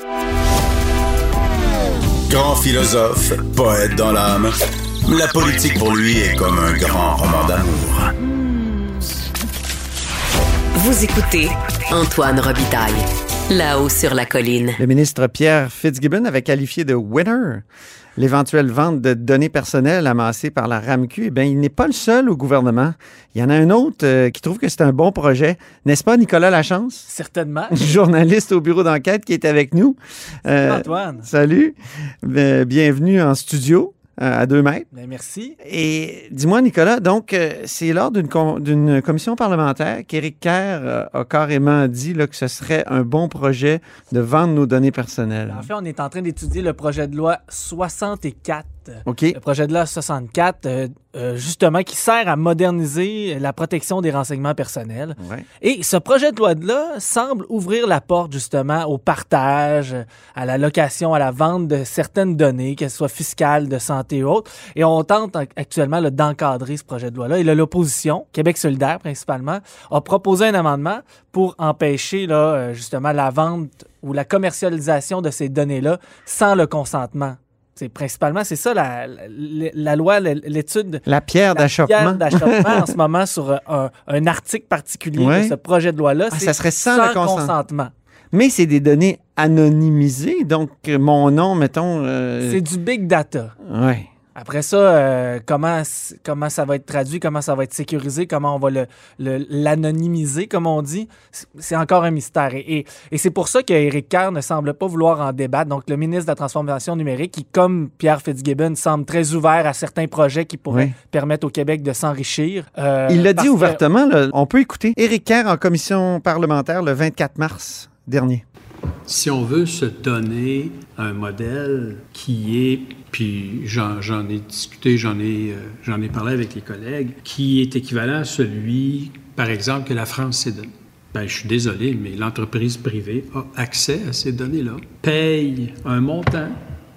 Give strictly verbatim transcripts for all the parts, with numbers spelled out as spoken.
Grand philosophe, poète dans l'âme, la politique pour lui est comme un grand roman d'amour. Vous écoutez Antoine Robitaille, là-haut sur la colline. Le ministre Pierre Fitzgibbon avait qualifié de « winner » l'éventuelle vente de données personnelles amassées par la R A M Q. Eh bien, il n'est pas le seul au gouvernement. Il y en a un autre euh, qui trouve que c'est un bon projet. N'est-ce pas, Nicolas Lachance? Certainement. Journaliste au bureau d'enquête qui est avec nous. Euh, Antoine. Salut. Euh, bienvenue en studio. À deux mètres. Bien, merci. Et dis-moi, Nicolas, donc, euh, c'est lors d'une, com- d'une commission parlementaire qu'Éric Kerr euh, a carrément dit là, que ce serait un bon projet de vendre nos données personnelles. En fait, on est en train d'étudier le projet de loi soixante-quatre. OK. Le projet de loi soixante-quatre, euh, euh, justement, qui sert à moderniser la protection des renseignements personnels. Ouais. Et ce projet de loi-là semble ouvrir la porte, justement, au partage, à la location, à la vente de certaines données, qu'elles soient fiscales, de santé ou autres. Et on tente actuellement là, d'encadrer ce projet de loi-là. Et là, l'opposition, Québec solidaire principalement, a proposé un amendement pour empêcher, là, justement, la vente ou la commercialisation de ces données-là sans le consentement. C'est principalement, c'est ça la, la, la loi, l'étude... La pierre la d'achoppement. pierre d'achoppement en ce moment sur un, un article particulier ouais. de ce projet de loi-là. Ah, c'est ça serait sans, sans le consent... consentement. Mais c'est des données anonymisées, donc mon nom, mettons... Euh... C'est du big data. Oui. Après ça, euh, comment, comment ça va être traduit, comment ça va être sécurisé, comment on va le, le, l'anonymiser, comme on dit, c'est encore un mystère. Et, et, et c'est pour ça qu'Éric Kerr ne semble pas vouloir en débattre. Donc, le ministre de la Transformation numérique, qui, comme Pierre Fitzgibbon, semble très ouvert à certains projets qui pourraient oui. permettre au Québec de s'enrichir. Euh, Il l'a dit ouvertement, que... là, on peut écouter Éric Kerr en commission parlementaire le vingt-quatre mars dernier. Si on veut se donner un modèle qui est, puis j'en, j'en ai discuté, j'en ai, euh, j'en ai parlé avec les collègues, qui est équivalent à celui, par exemple, que la France s'est donné. Ben, je suis désolé, mais l'entreprise privée a accès à ces données-là, paye un montant,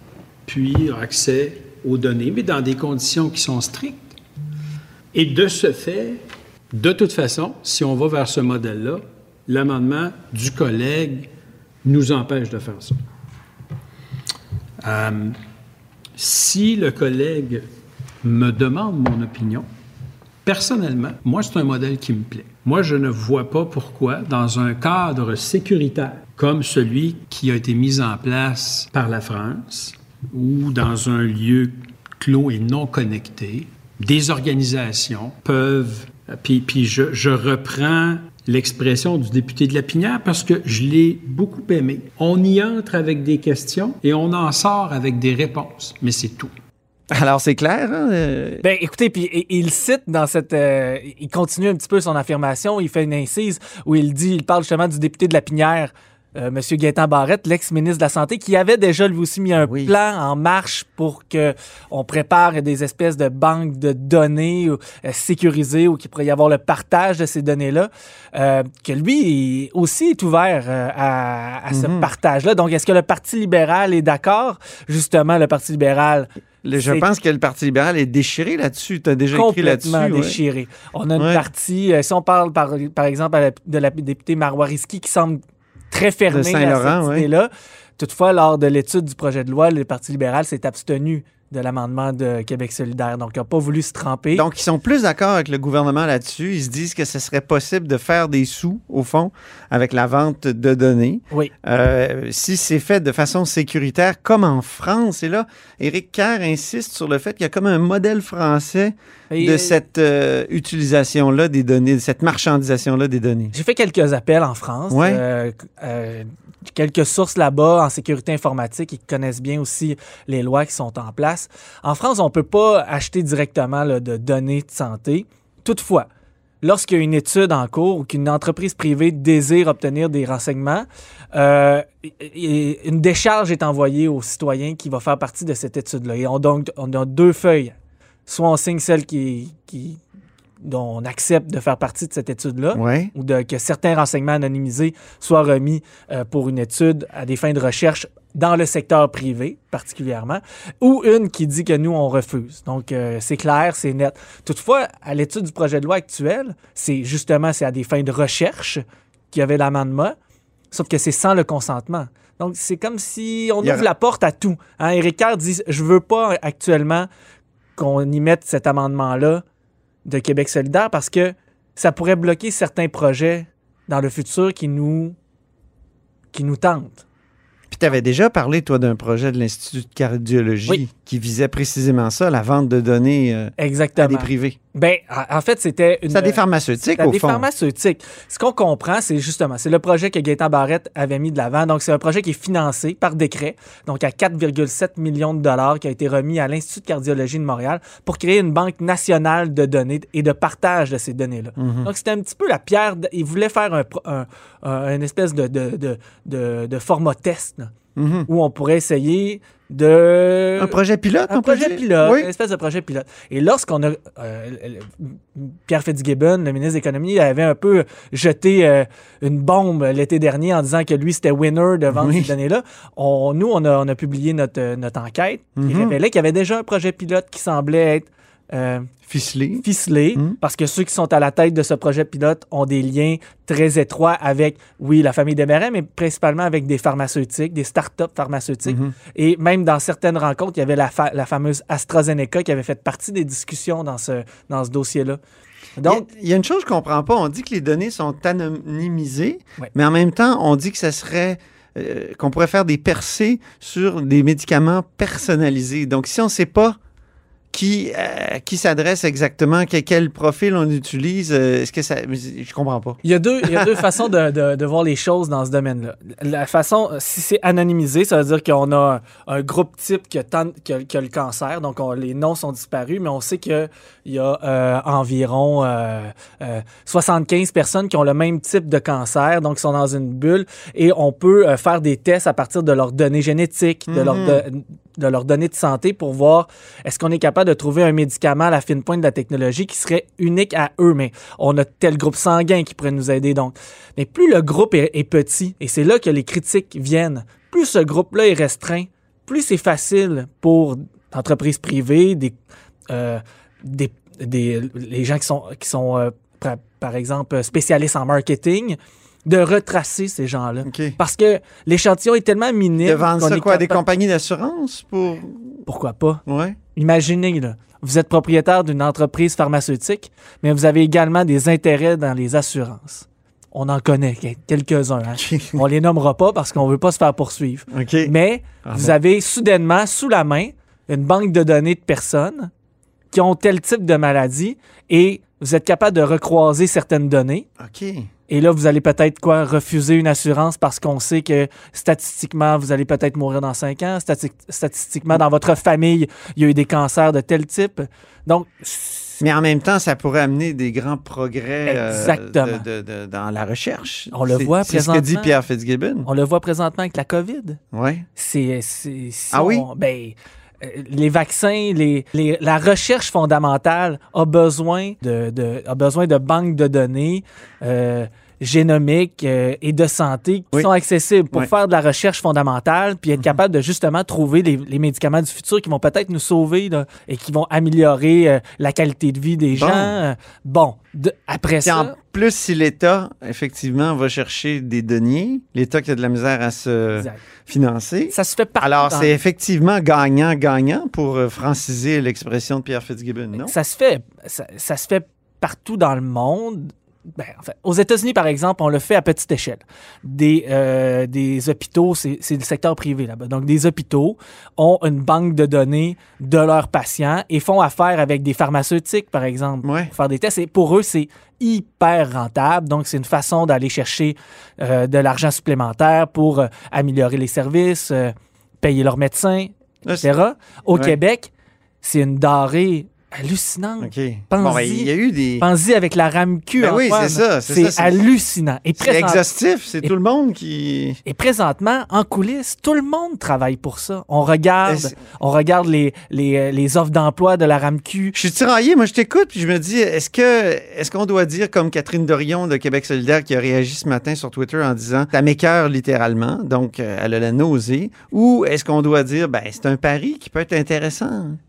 puis a accès aux données, mais dans des conditions qui sont strictes. Et de ce fait, de toute façon, si on va vers ce modèle-là, l'amendement du collègue nous empêche de faire ça. Euh, si le collègue me demande mon opinion, personnellement, moi, c'est un modèle qui me plaît. Moi, je ne vois pas pourquoi, dans un cadre sécuritaire comme celui qui a été mis en place par la France, ou dans un lieu clos et non connecté, des organisations peuvent... Puis, puis je, je reprends l'expression du député de Lapinière parce que je l'ai beaucoup aimé. On y entre avec des questions et on en sort avec des réponses, mais c'est tout. Alors, c'est clair, hein? Euh... Ben, écoutez, puis il cite dans cette... Euh, il continue un petit peu son affirmation, il fait une incise où il dit, il parle justement du député de Lapinière, Euh, M. Gaétan Barrette, l'ex-ministre de la Santé, qui avait déjà lui aussi mis un oui. plan en marche pour qu'on prépare des espèces de banques de données euh, sécurisées ou qu'il pourrait y avoir le partage de ces données-là, euh, que lui aussi est ouvert euh, à, à mm-hmm. ce partage-là. Donc, est-ce que le Parti libéral est d'accord? Justement, le Parti libéral... Le, je pense que le Parti libéral est déchiré là-dessus. Tu as déjà écrit là-dessus. Complètement déchiré. Ouais. On a une ouais. partie... Euh, si on parle, par, par exemple, à la, de la députée Marois Risky, qui semble très fermé à cette idée-là. Oui. Toutefois, lors de l'étude du projet de loi, le Parti libéral s'est abstenu de l'amendement de Québec solidaire. Donc, il n'a pas voulu se tremper. Donc, ils sont plus d'accord avec le gouvernement là-dessus. Ils se disent que ce serait possible de faire des sous, au fond, avec la vente de données. Oui. Euh, si c'est fait de façon sécuritaire, comme en France. Et là, Éric Kerr insiste sur le fait qu'il y a comme un modèle français Et de cette euh, utilisation-là des données, de cette marchandisation-là des données. J'ai fait quelques appels en France. Ouais. Euh, euh, quelques sources là-bas en sécurité informatique qui connaissent bien aussi les lois qui sont en place. En France, on ne peut pas acheter directement là, de données de santé. Toutefois, lorsqu'il y a une étude en cours ou qu'une entreprise privée désire obtenir des renseignements, euh, une décharge est envoyée au citoyen qui va faire partie de cette étude-là. Et on, donc, on a deux feuilles. Soit on signe celle qui, qui, dont on accepte de faire partie de cette étude-là, ouais. ou de, que certains renseignements anonymisés soient remis euh, pour une étude à des fins de recherche dans le secteur privé, particulièrement, ou une qui dit que nous, on refuse. Donc, euh, c'est clair, c'est net. Toutefois, à l'étude du projet de loi actuel, c'est justement c'est à des fins de recherche qu'il y avait l'amendement, sauf que c'est sans le consentement. Donc, c'est comme si on Il y ouvre a... la porte à tout. Hein? Éric Kerr dit, je veux pas actuellement qu'on y mette cet amendement-là de Québec solidaire parce que ça pourrait bloquer certains projets dans le futur qui nous, qui nous tentent. Puis tu avais déjà parlé, toi, d'un projet de l'Institut de cardiologie Oui. qui visait précisément ça, la vente de données euh, Exactement. à des privés. Ben, en fait, c'était une... C'est des pharmaceutiques, C'était au des fond. pharmaceutiques. Ce qu'on comprend, c'est justement, c'est le projet que Gaétan Barrette avait mis de l'avant. Donc, c'est un projet qui est financé par décret, donc à quatre virgule sept millions de dollars, qui a été remis à l'Institut de cardiologie de Montréal pour créer une banque nationale de données et de partage de ces données-là. Mm-hmm. Donc, c'était un petit peu la pierre... De... Il voulait faire un, un, un, une espèce de, de, de, de, de format test, là, Mm-hmm. où on pourrait essayer de... Un projet pilote, Un on peut projet dire? pilote, Oui. une espèce de projet pilote. Et lorsqu'on a... euh, Pierre Fitzgibbon, le ministre de l'Économie, avait un peu jeté euh, une bombe l'été dernier en disant que lui, c'était winner de vendre Oui. ces données-là. On, nous, on a, on a publié notre, notre enquête qui Mhm. révélait qu'il y avait déjà un projet pilote qui semblait être... Euh, Ficelé. ficelé, Mhm. parce que ceux qui sont à la tête de ce projet pilote ont des liens très étroits avec, oui, la famille Desmarais, mais principalement avec des pharmaceutiques, des start-up pharmaceutiques. Mhm. Et même dans certaines rencontres, il y avait la, fa- la fameuse AstraZeneca qui avait fait partie des discussions dans ce, dans ce dossier-là. Donc, il y, a, il y a une chose que je ne comprends pas. On dit que les données sont anonymisées, Ouais. mais en même temps, on dit que ça serait... euh, qu'on pourrait faire des percées sur des médicaments personnalisés. Donc, si on ne sait pas qui, euh, qui s'adresse exactement, que- quel profil on utilise, euh, est-ce que ça... Je comprends pas. il y a deux, il y a deux façons de, de, de voir les choses dans ce domaine-là. La façon, si c'est anonymisé, ça veut dire qu'on a un, un groupe type qui a, tant- qui a- qui a le cancer, donc on- les noms sont disparus, mais on sait qu'il y a euh, environ euh, euh, soixante-quinze personnes qui ont le même type de cancer, donc qui sont dans une bulle, et on peut euh, faire des tests à partir de leurs données génétiques, de, leurs de, de leurs données de santé pour voir est-ce qu'on est capable de trouver un médicament à la fine pointe de la technologie qui serait unique à eux, mais on a tel groupe sanguin qui pourrait nous aider. Donc, mais plus le groupe est, est petit, et c'est là que les critiques viennent, plus ce groupe-là est restreint, plus c'est facile pour entreprises privées, des, euh, des, des les gens qui sont, qui sont euh, par, par exemple, spécialistes en marketing, de retracer ces gens-là. OK. Parce que l'échantillon est tellement minime. De vendre qu'on ça est quoi, à des capable- compagnies d'assurance pour... Pourquoi pas? Ouais. Imaginez, là, vous êtes propriétaire d'une entreprise pharmaceutique, mais vous avez également des intérêts dans les assurances. On en connaît quelques-uns. Hein? OK. On les nommera pas parce qu'on veut pas se faire poursuivre. OK. Mais Ah vous bon. avez soudainement, sous la main, une banque de données de personnes qui ont tel type de maladie et vous êtes capable de recroiser certaines données. OK. Et là, vous allez peut-être quoi refuser une assurance parce qu'on sait que statistiquement, vous allez peut-être mourir dans cinq ans. Stati- statistiquement, dans votre famille, il y a eu des cancers de tel type. Donc, Mais en même temps, ça pourrait amener des grands progrès euh, Exactement. de- de- de- dans la recherche. On le C'est- voit C'est ce que dit présentement. Pierre Fitzgibbon. on le voit présentement avec la COVID. Oui. C'est, c'est, si Ah on- oui? ben, euh, les vaccins, les, les- la recherche fondamentale a besoin de, de, a besoin de banques de données euh, génomiques euh, et de santé qui Oui. sont accessibles pour Oui. faire de la recherche fondamentale puis être capable de justement trouver les, les médicaments du futur qui vont peut-être nous sauver là, et qui vont améliorer euh, la qualité de vie des Bon. gens. Euh, Bon, de- après Puis ça... en plus, si l'État, effectivement, va chercher des deniers, l'État qui a de la misère à se Exact. financer, Ça se fait partout alors dans- c'est effectivement gagnant-gagnant pour euh, franciser l'expression de Pierre Fitzgibbon, non? Ça se fait, ça, ça se fait partout dans le monde. Ben, en fait, aux États-Unis, par exemple, on le fait à petite échelle. Des, euh, des hôpitaux, c'est, c'est le secteur privé là-bas. Donc, des hôpitaux ont une banque de données de leurs patients et font affaire avec des pharmaceutiques, par exemple, Ouais. pour faire des tests. Et pour eux, c'est hyper rentable. Donc, c'est une façon d'aller chercher euh, de l'argent supplémentaire pour euh, améliorer les services, euh, payer leurs médecins, Là, et cetera. Au Ouais. Québec, c'est une denrée hallucinante. OK. Pense-y. Bon, ben, il y a eu des... Pensez avec la RAMQ, Ben oui, Antoine. c'est ça, c'est C'est ça, c'est- hallucinant. Et, C'est présent- exhaustif, c'est Et- tout le monde qui... et présentement, en coulisses, tout le monde travaille pour ça. On regarde, Est-ce- on regarde les, les, euh, les offres d'emploi de la RAMQ. Je suis tiraillé, moi je t'écoute, puis je me dis, est-ce que est-ce qu'on doit dire comme Catherine Dorion de Québec solidaire qui a réagi ce matin sur Twitter en disant « ça m'écoeure littéralement », donc euh, elle a la nausée, ou est-ce qu'on doit dire « ben c'est un pari qui peut être intéressant ».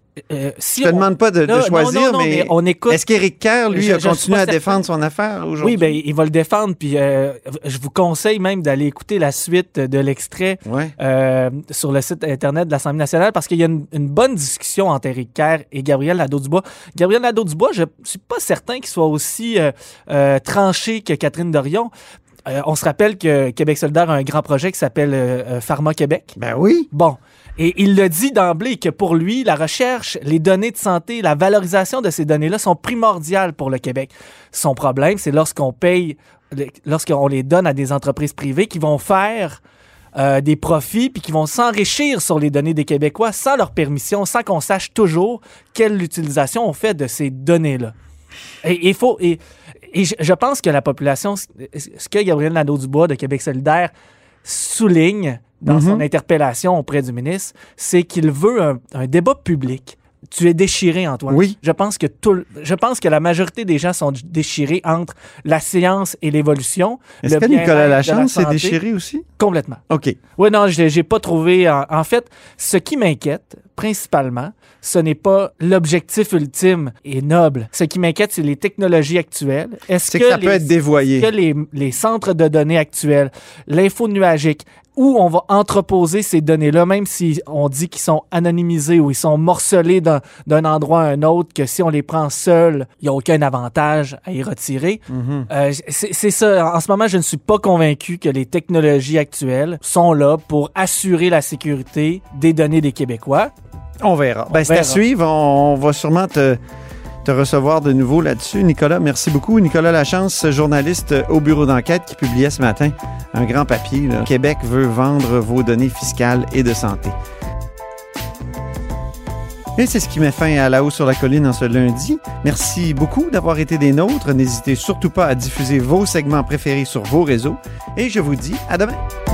Euh, si je te on... demande pas de, là, de choisir, non, non, non, mais, mais on écoute... est-ce qu'Éric Kerr, lui, Je- a je continué suis à pas défendre son affaire aujourd'hui? Oui, ben, il va le défendre. Puis euh, je vous conseille même d'aller écouter la suite de l'extrait Ouais. euh, sur le site Internet de l'Assemblée nationale parce qu'il y a une, une bonne discussion entre Éric Kerr et Gabriel Nadeau-Dubois. Gabriel Nadeau-Dubois, je suis pas certain qu'il soit aussi euh, euh, tranché que Catherine Dorion. Euh, on se rappelle que Québec solidaire a un grand projet qui s'appelle euh, euh, Pharma Québec. Ben oui. Bon. Et il le dit d'emblée que pour lui, la recherche, les données de santé, la valorisation de ces données-là sont primordiales pour le Québec. Son problème, c'est lorsqu'on paye, lorsqu'on les donne à des entreprises privées qui vont faire euh, des profits puis qui vont s'enrichir sur les données des Québécois sans leur permission, sans qu'on sache toujours quelle utilisation on fait de ces données-là. Et il faut... Et, et je, je pense que la population, ce que Gabriel Nadeau-Dubois de Québec solidaire souligne dans Mm-hmm. son interpellation auprès du ministre, c'est qu'il veut un, un débat public. Tu es déchiré, Antoine. Oui. Je pense que tout, le- je pense que la majorité des gens sont déchirés entre la science et l'évolution. Est-ce le que bien-être Nicolas de la Lachance s'est santé. déchiré aussi? Complètement. OK. Oui, non, je n'ai pas trouvé... En, en fait, ce qui m'inquiète, principalement, ce n'est pas l'objectif ultime et noble. Ce qui m'inquiète, c'est les technologies actuelles. Est-ce C'est que ça peut les- être dévoyé. Est-ce que les, les centres de données actuels, l'info nuagique, où on va entreposer ces données-là, même si on dit qu'ils sont anonymisés ou ils sont morcelés d'un, d'un endroit à un autre, que si on les prend seuls, il n'y a aucun avantage à y retirer. Mm-hmm. Euh, c'est, c'est ça. En ce moment, je ne suis pas convaincu que les technologies actuelles sont là pour assurer la sécurité des données des Québécois. On verra. On Ben, c'est à verra. suivre. On, on va sûrement te, te recevoir de nouveau là-dessus. Nicolas, merci beaucoup. Nicolas Lachance, journaliste au bureau d'enquête qui publiait ce matin un grand papier. Là. Québec veut vendre vos données fiscales et de santé. Et c'est ce qui met fin à La Haut sur la Colline en ce lundi. Merci beaucoup d'avoir été des nôtres. N'hésitez surtout pas à diffuser vos segments préférés sur vos réseaux. Et je vous dis à demain.